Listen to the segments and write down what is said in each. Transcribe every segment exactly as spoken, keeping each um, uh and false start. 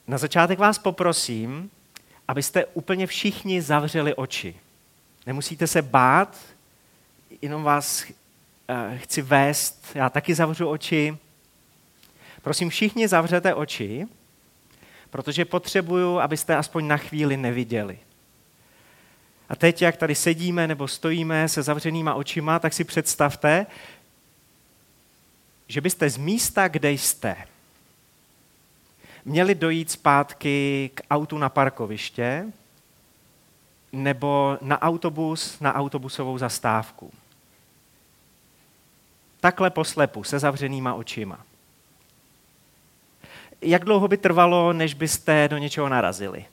Na začátek vás poprosím, abyste úplně všichni zavřeli oči. Nemusíte se bát, jenom vás uh, chci vést, já taky zavřu oči. Prosím, všichni zavřete oči, protože potřebuju, abyste aspoň na chvíli neviděli. A teď, jak tady sedíme nebo stojíme se zavřenýma očima, tak si představte, že byste z místa, kde jste, měli dojít zpátky k autu na parkoviště nebo na autobus, na autobusovou zastávku. Takhle poslepu, se zavřenýma očima. Jak dlouho by trvalo, než byste do něčeho narazili?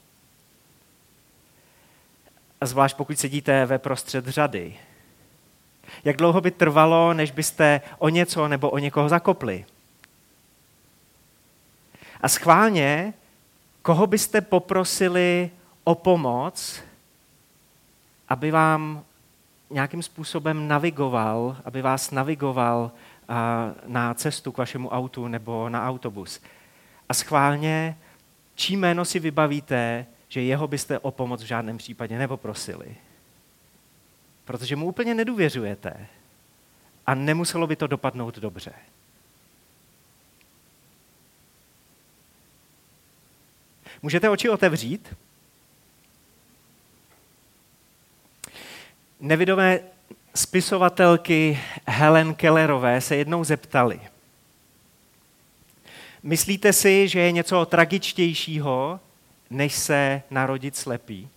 A zvlášť pokud sedíte ve prostřed řady. Jak dlouho by trvalo, než byste o něco nebo o někoho zakopli? A schválně, koho byste poprosili o pomoc, aby vám nějakým způsobem navigoval, aby vás navigoval na cestu k vašemu autu nebo na autobus. A schválně, čí jméno si vybavíte, že jeho byste o pomoc v žádném případě nepoprosili. Protože mu úplně nedůvěřujete a nemuselo by to dopadnout dobře. Můžete oči otevřít? Nevidomé spisovatelky Helen Kellerové se jednou zeptali. Myslíte si, že je něco tragičtějšího, než se narodit slepý?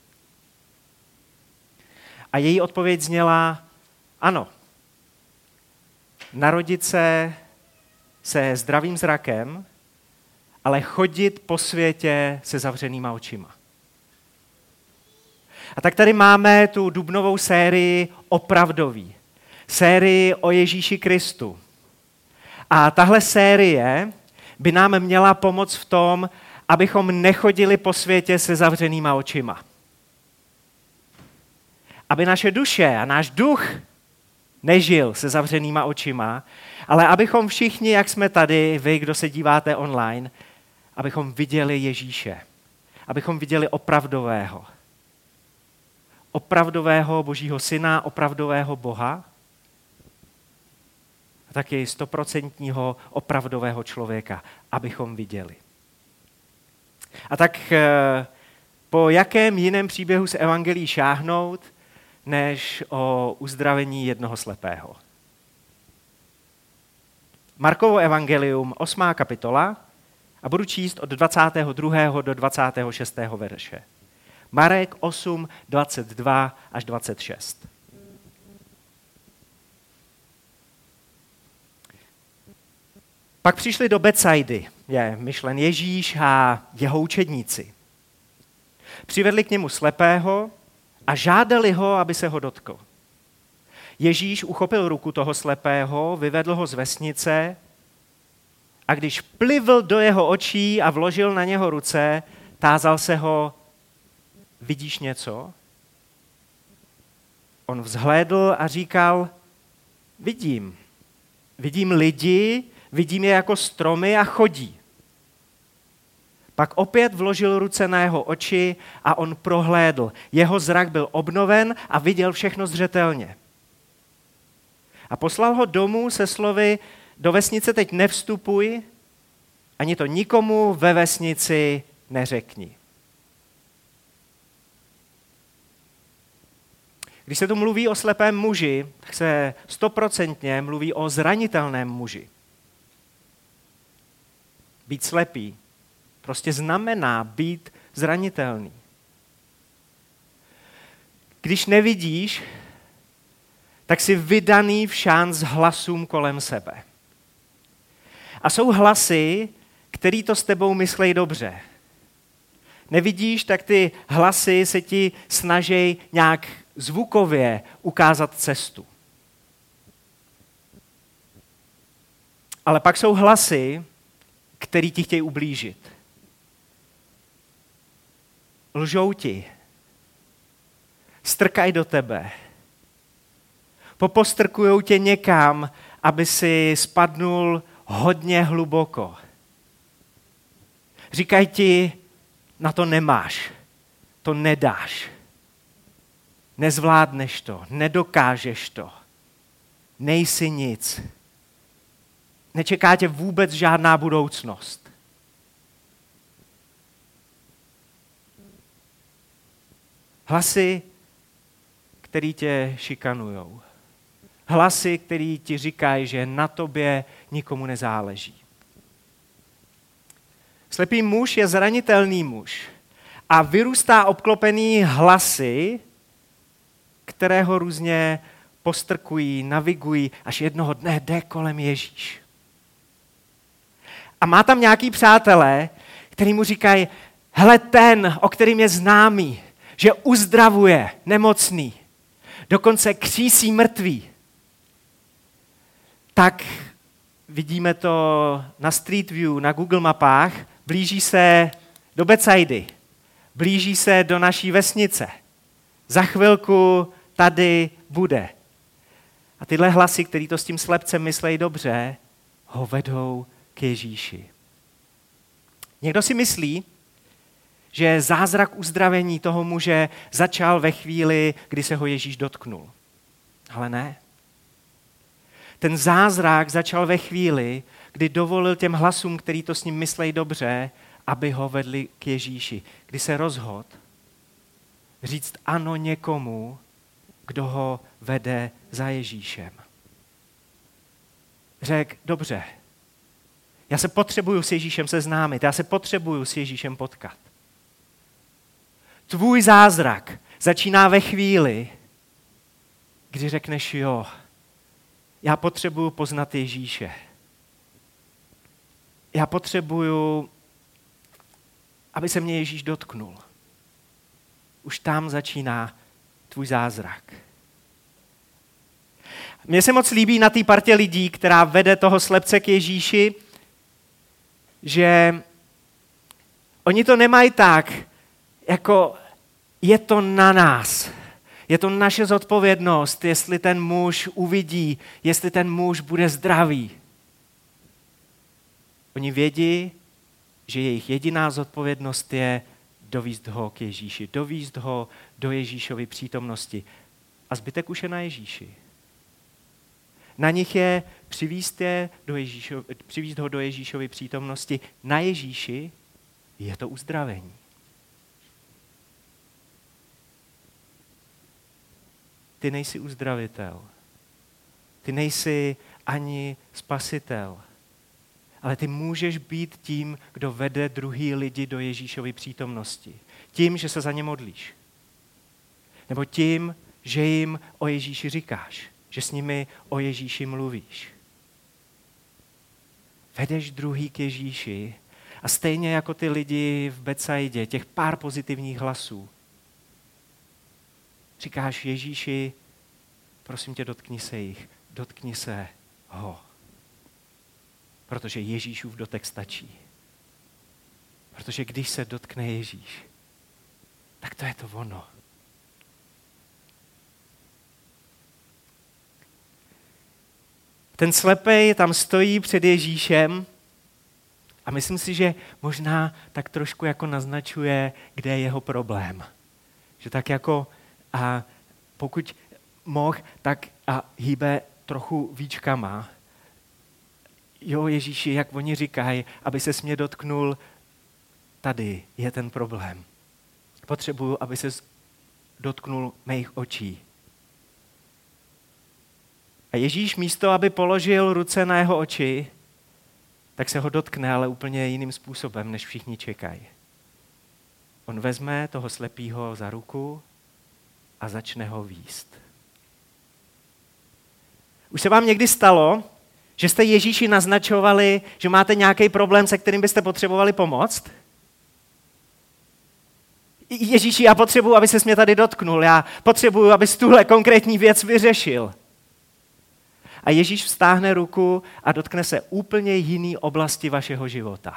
A její odpověď zněla, ano. Narodit se se zdravým zrakem, ale chodit po světě se zavřenýma očima. A tak tady máme tu dubnovou sérii Opravdový. Sérii o Ježíši Kristu. A tahle série by nám měla pomoct v tom, abychom nechodili po světě se zavřenýma očima. Aby naše duše a náš duch nežil se zavřenýma očima, ale abychom všichni, jak jsme tady, vy, kdo se díváte online, abychom viděli Ježíše. Abychom viděli opravdového. Opravdového Božího syna, opravdového Boha a taky stoprocentního opravdového člověka, abychom viděli. A tak po jakém jiném příběhu z evangelií šáhnout, než o uzdravení jednoho slepého. Markovo evangelium, osmá kapitola, a budu číst od dvacátého druhého do dvacátého šestého verše. Marek osm, dvacet dva až dvacet šest. Pak přišli do Betsaidy, je myšlen Ježíš a jeho učedníci. Přivedli k němu slepého a žádali ho, aby se ho dotkl. Ježíš uchopil ruku toho slepého, vyvedl ho z vesnice a když plivl do jeho očí a vložil na něho ruce, tázal se ho, vidíš něco? On vzhlédl a říkal, vidím. Vidím lidi, vidím je jako stromy a chodí. Pak opět vložil ruce na jeho oči a on prohlédl. Jeho zrak byl obnoven a viděl všechno zřetelně. A poslal ho domů se slovy, do vesnice teď nevstupuj, ani to nikomu ve vesnici neřekni. Když se tu mluví o slepém muži, tak se stoprocentně mluví o zranitelném muži. Být slepý prostě znamená být zranitelný. Když nevidíš, tak jsi vydaný v šanc hlasům kolem sebe. A jsou hlasy, který to s tebou myslej dobře. Nevidíš, tak ty hlasy se ti snaží nějak zvukově ukázat cestu. Ale pak jsou hlasy, který ti chtějí ublížit. Lžou ti. Strkají do tebe. Popostrkujou tě někam, aby si spadnul hodně hluboko. Říkají ti, na to nemáš, to nedáš, nezvládneš to, nedokážeš to, nejsi nic. Nečeká tě vůbec žádná budoucnost. Hlasy, který tě šikanujou. Hlasy, který ti říkají, že na tobě nikomu nezáleží. Slepý muž je zranitelný muž a vyrůstá obklopený hlasy, které ho různě postrkují, navigují, až jednoho dne jde kolem Ježíš. A má tam nějaký přátelé, který mu říkají, hele ten, o kterým je známý, že uzdravuje nemocný, dokonce křísí mrtvý. Tak vidíme to na Street View, na Google mapách, blíží se do Bethsaidy, blíží se do naší vesnice. Za chvilku tady bude. A tyhle hlasy, který to s tím slepcem myslejí dobře, ho vedou k Ježíši. Někdo si myslí, že zázrak uzdravení toho muže začal ve chvíli, kdy se ho Ježíš dotknul. Ale ne. Ten zázrak začal ve chvíli, kdy dovolil těm hlasům, který to s ním myslejí dobře, aby ho vedli k Ježíši. Kdy se rozhodl říct ano někomu, kdo ho vede za Ježíšem. Řekl, dobře, já se potřebuju s Ježíšem seznámit, já se potřebuju s Ježíšem potkat. Tvůj zázrak začíná ve chvíli, kdy řekneš jo, já potřebuju poznat Ježíše. Já potřebuju, aby se mě Ježíš dotknul. Už tam začíná tvůj zázrak. Mně se moc líbí na té partě lidí, která vede toho slepce k Ježíši, že oni to nemají tak, jako je to na nás. Je to naše zodpovědnost, jestli ten muž uvidí, jestli ten muž bude zdravý. Oni vědí, že jejich jediná zodpovědnost je dovízt ho k Ježíši, dovízt ho do Ježíšovy přítomnosti. A zbytek už je na Ježíši. Na nich je přivízt, je do Ježíšo, přivízt ho do Ježíšovy přítomnosti. Na Ježíši je to uzdravení. Ty nejsi uzdravitel. Ty nejsi ani spasitel. Ale ty můžeš být tím, kdo vede druhý lidi do Ježíšovy přítomnosti. Tím, že se za ně modlíš. Nebo tím, že jim o Ježíši říkáš. Že s nimi o Ježíši mluvíš. Vedeš druhý k Ježíši a stejně jako ty lidi v Betsaidě, těch pár pozitivních hlasů, říkáš Ježíši, prosím tě, dotkni se jich, dotkni se ho. Protože Ježíšův dotek stačí. Protože když se dotkne Ježíš, tak to je to ono. Ten slepej tam stojí před Ježíšem a myslím si, že možná tak trošku jako naznačuje, kde je jeho problém. Že tak jako a pokud mohl, tak a hýbe trochu víčkama. Jo, Ježíši, jak oni říkají, aby ses mě dotknul, tady je ten problém. Potřebuju, aby ses dotknul mých očí. A Ježíš místo, aby položil ruce na jeho oči, tak se ho dotkne, ale úplně jiným způsobem, než všichni čekají. On vezme toho slepýho za ruku a začne ho vést. Už se vám někdy stalo, že jste Ježíši naznačovali, že máte nějaký problém, se kterým byste potřebovali pomoct? Ježíši, já potřebuji, aby ses mě tady dotknul, já potřebuji, abys tuhle konkrétní věc vyřešil. A Ježíš vztáhne ruku a dotkne se úplně jiný oblasti vašeho života.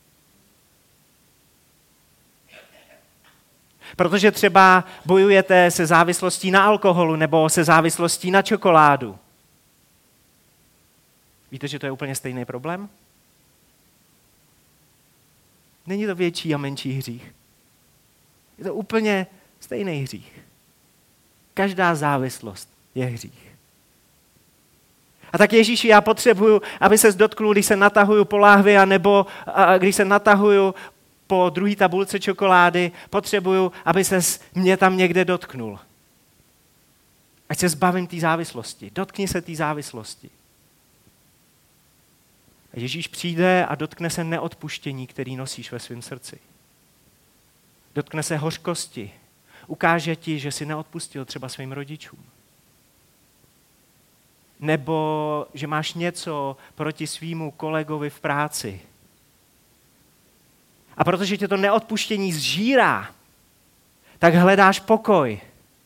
Protože třeba bojujete se závislostí na alkoholu nebo se závislostí na čokoládu. Víte, že to je úplně stejný problém? Není to větší a menší hřích. Je to úplně stejný hřích. Každá závislost je hřích. A tak Ježíši, já potřebuju, aby ses dotknul, když se natahuju po láhvi, anebo a když se natahuju po druhé tabulce čokolády, potřebuju, aby ses mě tam někde dotknul. Ať se zbavím té závislosti. Dotkni se té závislosti. A Ježíš přijde a dotkne se neodpuštění, který nosíš ve svém srdci. Dotkne se hořkosti. Ukáže ti, že jsi neodpustil třeba svým rodičům. Nebo že máš něco proti svýmu kolegovi v práci. A protože tě to neodpuštění zžírá, tak hledáš pokoj.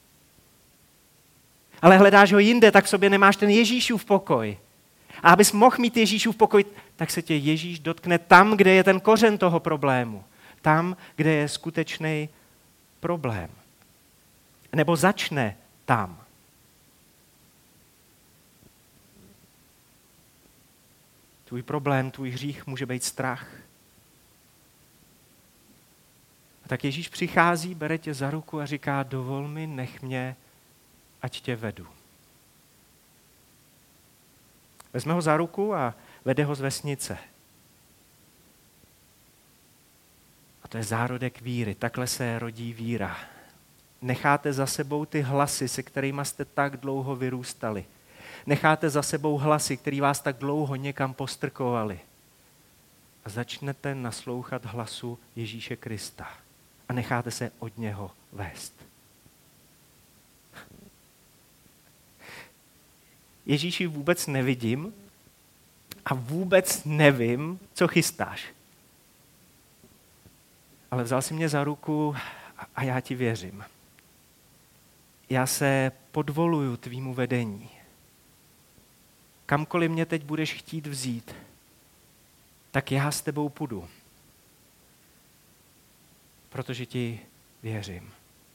Ale hledáš ho jinde, tak v sobě nemáš ten Ježíšův pokoj. A abys mohl mít Ježíšův pokoj, tak se tě Ježíš dotkne tam, kde je ten kořen toho problému. Tam, kde je skutečný problém. Nebo začne tam. Tvůj problém, tvůj hřích může být strach. A tak Ježíš přichází, bere tě za ruku a říká, dovol mi, nech mě, ať tě vedu. Vezme ho za ruku a vede ho z vesnice. A to je zárodek víry. Takhle se rodí víra. Necháte za sebou ty hlasy, se kterými jste tak dlouho vyrůstali. Necháte za sebou hlasy, které vás tak dlouho někam postrkovali. A začnete naslouchat hlasu Ježíše Krista. A necháte se od něho vést. Ježíši, vůbec nevidím a vůbec nevím, co chystáš. Ale vzal jsi mě za ruku a já ti věřím. Já se podvoluju tvýmu vedení. Kamkoliv mě teď budeš chtít vzít, tak já s tebou půjdu. Protože ti věřím.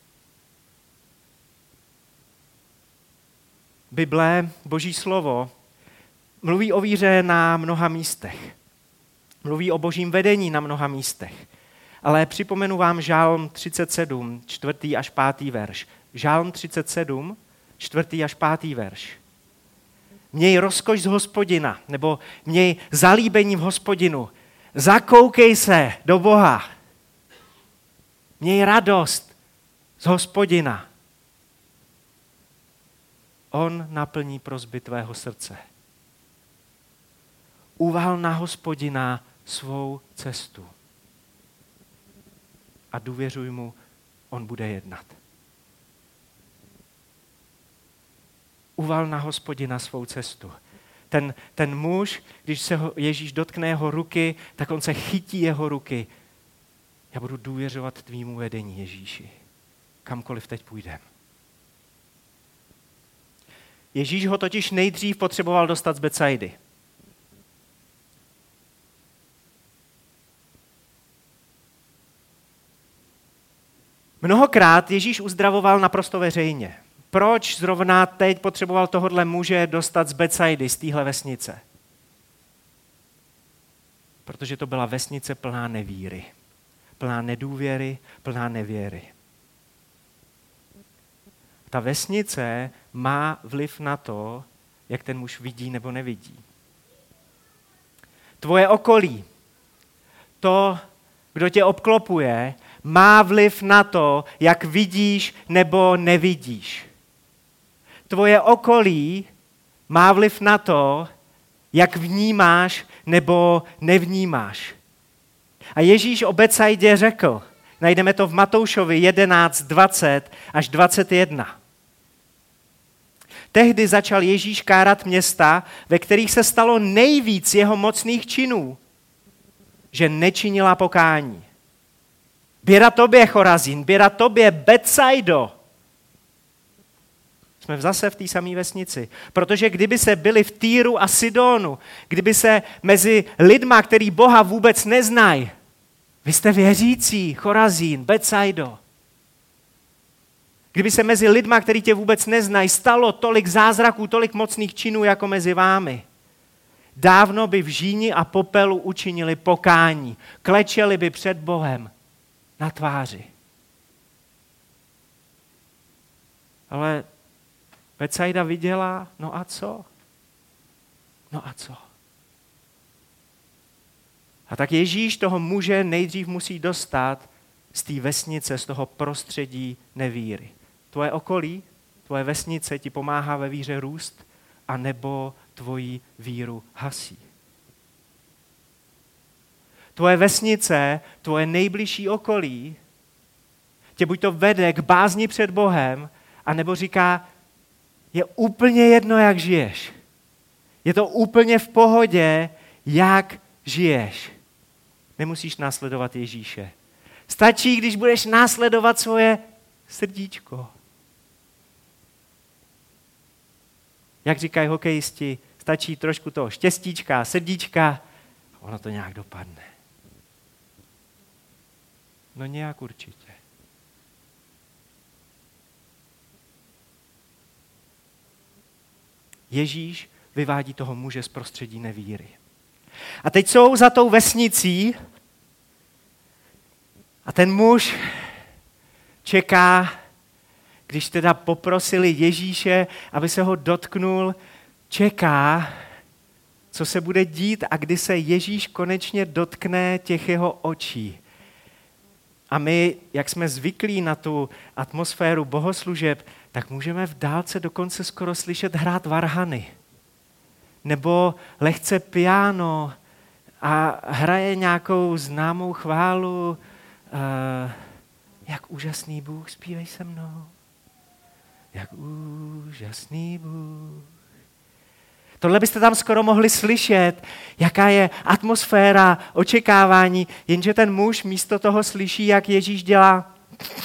Bible, Boží slovo, mluví o víře na mnoha místech. Mluví o Božím vedení na mnoha místech. Ale připomenu vám Žálm třicet sedm, čtvrtý až pátý verš. Žálm třicet sedm, čtvrtý až pátý verš. Měj rozkoš z Hospodina, nebo měj zalíbení v Hospodinu. Zakoukej se do Boha. Měj radost z Hospodina. On naplní prosby tvého srdce. Uval na Hospodina svou cestu. A důvěřuj mu, on bude jednat. Uval na Hospodina svou cestu. Ten, ten muž, když se ho Ježíš dotkne jeho ruky, tak on se chytí jeho ruky. Já budu důvěřovat tvýmu vedení, Ježíši. Kamkoliv teď půjdem. Ježíš ho totiž nejdřív potřeboval dostat z Betsaidy. Mnohokrát Ježíš uzdravoval naprosto veřejně. Proč zrovna teď potřeboval tohodle muže dostat z Betsaidy, z téhle vesnice? Protože to byla vesnice plná nevíry, plná nedůvěry, plná nevěry. Ta vesnice má vliv na to, jak ten muž vidí nebo nevidí. Tvoje okolí, to, kdo tě obklopuje, má vliv na to, jak vidíš nebo nevidíš. Tvoje okolí má vliv na to, jak vnímáš nebo nevnímáš. A Ježíš o Betsaidě řekl, najdeme to v Matoušovi jedenáct, dvacet až dvacet jedna. Tehdy začal Ježíš kárat města, ve kterých se stalo nejvíc jeho mocných činů, že nečinila pokání. Běda tobě, Chorazín, běda tobě, Betsaido. Jsme zase v té samé vesnici. Protože kdyby se byli v Týru a Sidonu, kdyby se mezi lidma, který Boha vůbec neznají, vy jste věřící, Chorazín, Betsaido. Kdyby se mezi lidma, který tě vůbec neznají, stalo tolik zázraků, tolik mocných činů, jako mezi vámi, dávno by v žíni a popelu učinili pokání. Klečeli by před Bohem na tváři. Ale Betsaida viděla, no a co? No a co? A tak Ježíš toho muže nejdřív musí dostat z té vesnice, z toho prostředí nevíry. Tvoje okolí, tvoje vesnice ti pomáhá ve víře růst, a nebo tvoji víru hasí. Tvoje vesnice, tvoje nejbližší okolí tě buď to vede k bázni před Bohem, a nebo říká, je úplně jedno, jak žiješ. Je to úplně v pohodě, jak žiješ. Nemusíš následovat Ježíše. Stačí, když budeš následovat svoje srdíčko. Jak říkají hokejisti, stačí trošku toho štěstíčka, srdíčka a ono to nějak dopadne. No nějak určitě. Ježíš vyvádí toho muže z prostředí nevíry. A teď jsou za tou vesnicí a ten muž čeká, když teda poprosili Ježíše, aby se ho dotknul, čeká, co se bude dít a kdy se Ježíš konečně dotkne těch jeho očí. A my, jak jsme zvyklí na tu atmosféru bohoslužeb, tak můžeme v dálce dokonce skoro slyšet hrát varhany. Nebo lehce piano a hraje nějakou známou chválu. Uh, jak úžasný Bůh, zpívej se mnou. Jak úžasný Bůh. Tohle byste tam skoro mohli slyšet, jaká je atmosféra, očekávání, jenže ten muž místo toho slyší, jak Ježíš dělá.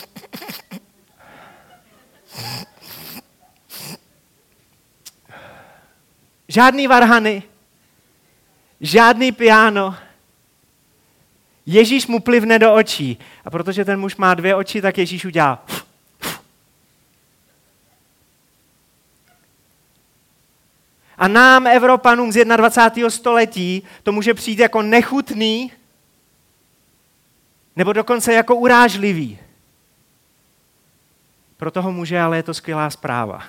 Žádný varhany, žádný piano. Ježíš mu plivne do očí. A protože ten muž má dvě oči, tak Ježíš udělá. A nám, Evropanům z dvacátého prvního století, to může přijít jako nechutný, nebo dokonce jako urážlivý. Pro toho muže ale je to skvělá zpráva.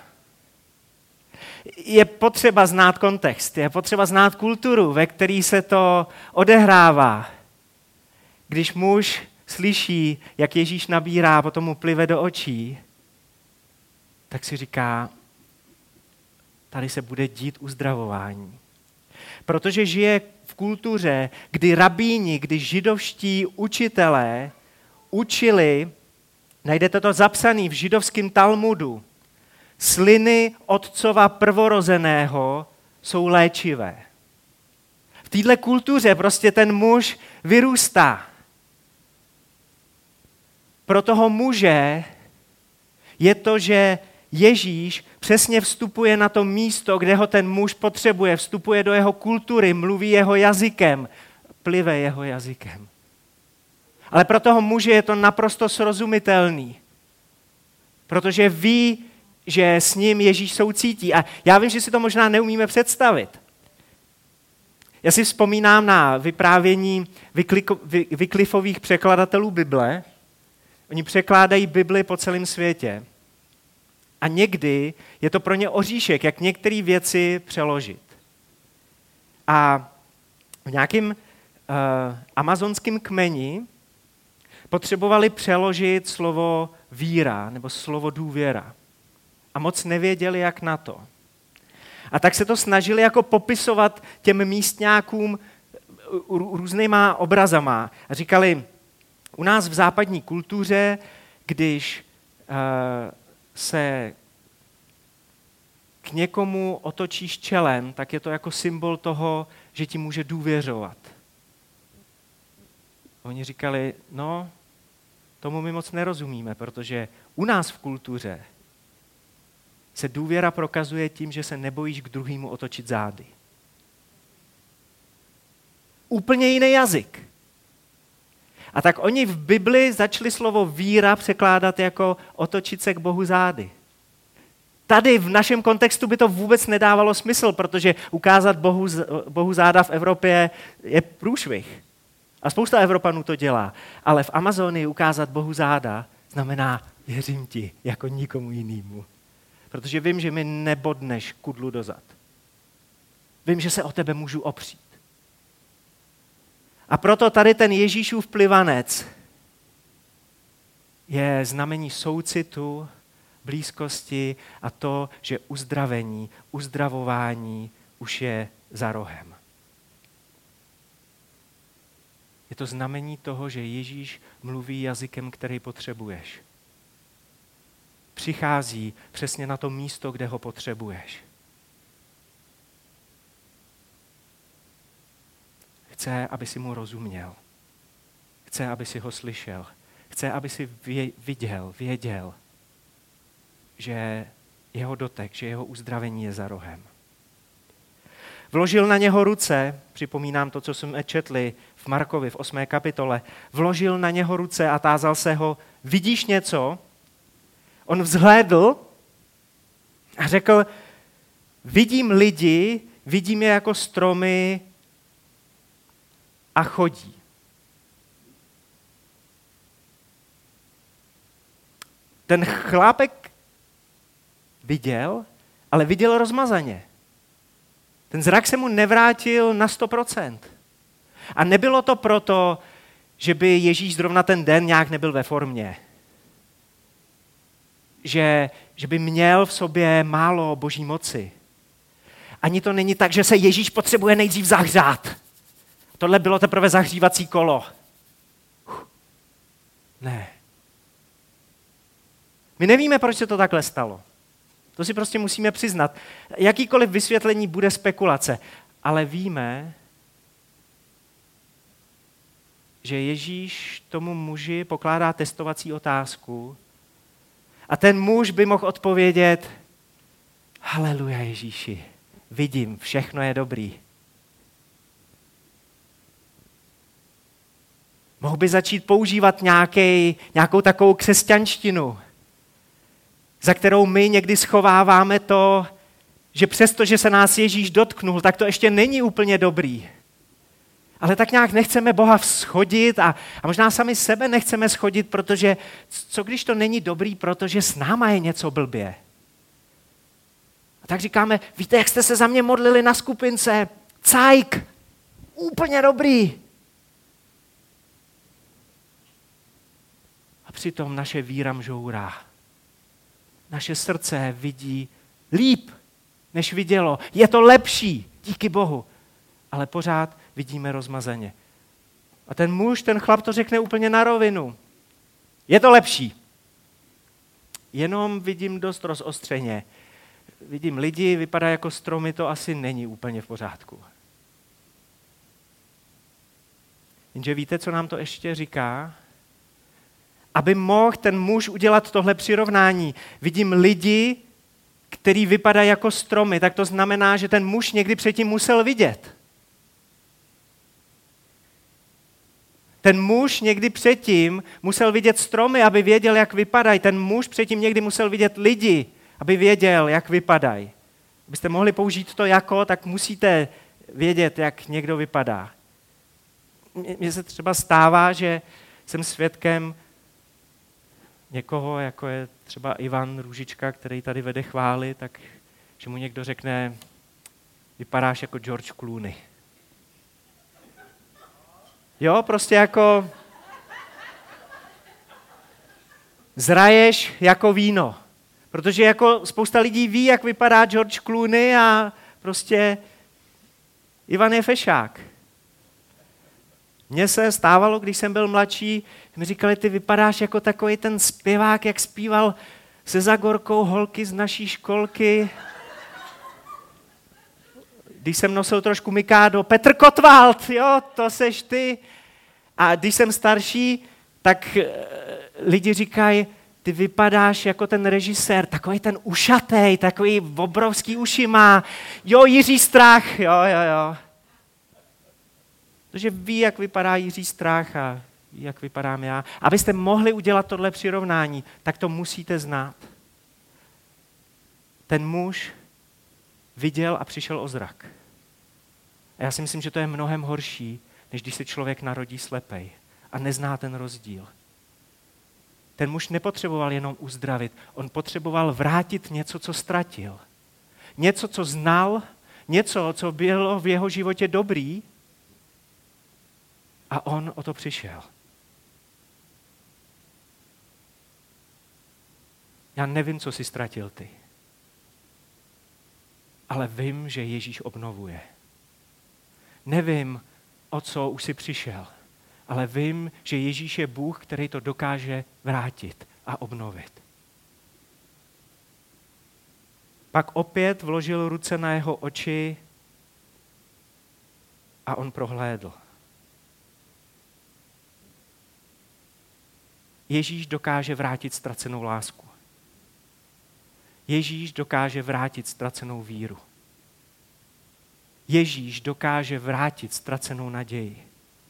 Je potřeba znát kontext, je potřeba znát kulturu, ve které se to odehrává. Když muž slyší, jak Ježíš nabírá, potom mu plive do očí, tak si říká, tady se bude dít uzdravování. Protože žije v kultuře, kdy rabíni, kdy židovští učitelé učili, najdete to zapsané v židovském Talmudu, sliny otcova prvorozeného jsou léčivé. V téhle kultuře prostě ten muž vyrůstá. Pro toho muže je to, že Ježíš přesně vstupuje na to místo, kde ho ten muž potřebuje, vstupuje do jeho kultury, mluví jeho jazykem, plive jeho jazykem. Ale pro toho muže je to naprosto srozumitelný, protože ví, že s ním Ježíš soucítí. A já vím, že si to možná neumíme představit. Já si vzpomínám na vyprávění Wyclifových překladatelů Bible. Oni překládají Bibli po celém světě. A někdy je to pro ně oříšek, jak některé věci přeložit. A v nějakém uh, amazonském kmeni potřebovali přeložit slovo víra nebo slovo důvěra. A moc nevěděli, jak na to. A tak se to snažili jako popisovat těm místňákům různýma obrazama. A říkali, u nás v západní kultuře, když uh, se k někomu otočíš čelem, tak je to jako symbol toho, že ti může důvěřovat. Oni říkali, no, tomu my moc nerozumíme, protože u nás v kultuře se důvěra prokazuje tím, že se nebojíš k druhému otočit zády. Úplně jiný jazyk. A tak oni v Bibli začali slovo víra překládat jako otočit se k Bohu zády. Tady v našem kontextu by to vůbec nedávalo smysl, protože ukázat Bohu, Bohu záda v Evropě je průšvih. A spousta Evropanů to dělá. Ale v Amazonii ukázat Bohu záda znamená věřím ti jako nikomu jinému. Protože vím, že mi nebodneš kudlu dozad. Vím, že se o tebe můžu opřít. A proto tady ten Ježíšův plivanec je znamení soucitu, blízkosti a to, že uzdravení, uzdravování už je za rohem. Je to znamení toho, že Ježíš mluví jazykem, který potřebuješ. Přichází přesně na to místo, kde ho potřebuješ. Chce, aby si mu rozuměl. Chce, aby si ho slyšel. Chce, aby si viděl, věděl, že jeho dotek, že jeho uzdravení je za rohem. Vložil na něho ruce, připomínám to, co jsme četli v Markovi v osmé kapitole, vložil na něho ruce a tázal se ho, vidíš něco? On vzhlédl a řekl, vidím lidi, vidím je jako stromy a chodí. Ten chlápek viděl, ale viděl rozmazaně. Ten zrak se mu nevrátil na sto procent. A nebylo to proto, že by Ježíš zrovna ten den nějak nebyl ve formě. Že, že by měl v sobě málo boží moci. Ani to není tak, že se Ježíš potřebuje nejdřív zahřát. Tohle bylo teprve zahřívací kolo. Ne. My nevíme, proč se to takhle stalo. To si prostě musíme přiznat. Jakýkoliv vysvětlení bude spekulace. Ale víme, že Ježíš tomu muži pokládá testovací otázku a ten muž by mohl odpovědět haleluja Ježíši, vidím, všechno je dobrý. Mohl by začít používat nějaký, nějakou takovou křesťanštinu, za kterou my někdy schováváme to, že přesto, že se nás Ježíš dotknul, tak to ještě není úplně dobrý. Ale tak nějak nechceme Boha schodit a, a možná sami sebe nechceme schodit, protože co když to není dobrý, protože s náma je něco blbě. A tak říkáme, víte, jak jste se za mě modlili na skupince? Cajk! Úplně dobrý! A přitom naše víra mžourá. Naše srdce vidí líp, než vidělo. Je to lepší, díky Bohu. Ale pořád vidíme rozmazaně. A ten muž, ten chlap to řekne úplně na rovinu. Je to lepší. Jenom vidím dost rozostřeně. Vidím lidi, vypadá jako stromy, to asi není úplně v pořádku. Jenže víte, co nám to ještě říká? Aby mohl ten muž udělat tohle přirovnání. Vidím lidi, který vypadají jako stromy, tak to znamená, že ten muž někdy předtím musel vidět. Ten muž někdy předtím musel vidět stromy, aby věděl, jak vypadají. Ten muž předtím někdy musel vidět lidi, aby věděl, jak vypadají. Abyste mohli použít to jako, tak musíte vědět, jak někdo vypadá. Mně se třeba stává, že jsem svědkem někoho, jako je třeba Ivan Růžička, který tady vede chvály, tak že mu někdo řekne, vypadáš jako George Clooney. Jo, prostě jako zraješ jako víno. Protože jako spousta lidí ví, jak vypadá George Clooney a prostě Ivan je fešák. Mně se stávalo, když jsem byl mladší, mi říkali, ty vypadáš jako takový ten zpěvák, jak zpíval se Zagorkou holky z naší školky. Když jsem nosil trošku mikádo, Petr Kotwald, jo, to seš ty. A když jsem starší, tak lidi říkají, ty vypadáš jako ten režisér, takový ten ušatej, takový obrovský uši má. Jo, Jiří Strach, jo, jo, jo. Protože ví, jak vypadá Jiří Strach a ví, jak vypadám já. Abyste mohli udělat tohle přirovnání, tak to musíte znát. ten muž viděl a přišel o zrak. A já si myslím, že to je mnohem horší, než když se člověk narodí slepej a nezná ten rozdíl. Ten muž nepotřeboval jenom uzdravit, on potřeboval vrátit něco, co ztratil. Něco, co znal, něco, co bylo v jeho životě dobrý, a on o to přišel. Já nevím, co jsi ztratil ty, ale vím, že Ježíš obnovuje. Nevím, o co už jsi přišel, ale vím, že Ježíš je Bůh, který to dokáže vrátit a obnovit. Pak opět vložil ruce na jeho oči a on prohlédl. Ježíš dokáže vrátit ztracenou lásku. Ježíš dokáže vrátit ztracenou víru. Ježíš dokáže vrátit ztracenou naději.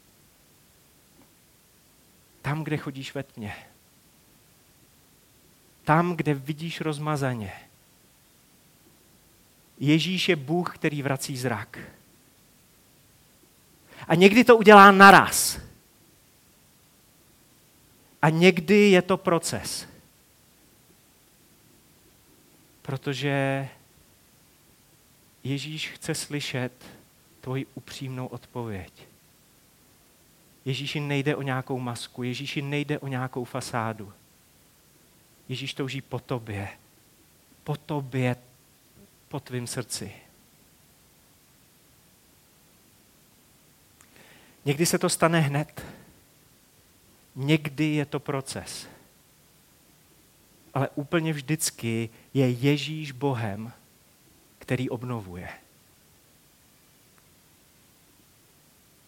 Tam, kde chodíš ve tmě. Tam, kde vidíš rozmazaně. Ježíš je Bůh, který vrací zrak. A někdy to udělá naraz. A někdy je to proces. Protože Ježíš chce slyšet tvoji upřímnou odpověď. Ježíši nejde o nějakou masku, Ježíši nejde o nějakou fasádu. Ježíš touží po tobě, po tobě, po tvým srdci. Někdy se to stane hned. Někdy je to proces. Ale úplně vždycky je Ježíš Bohem, který obnovuje.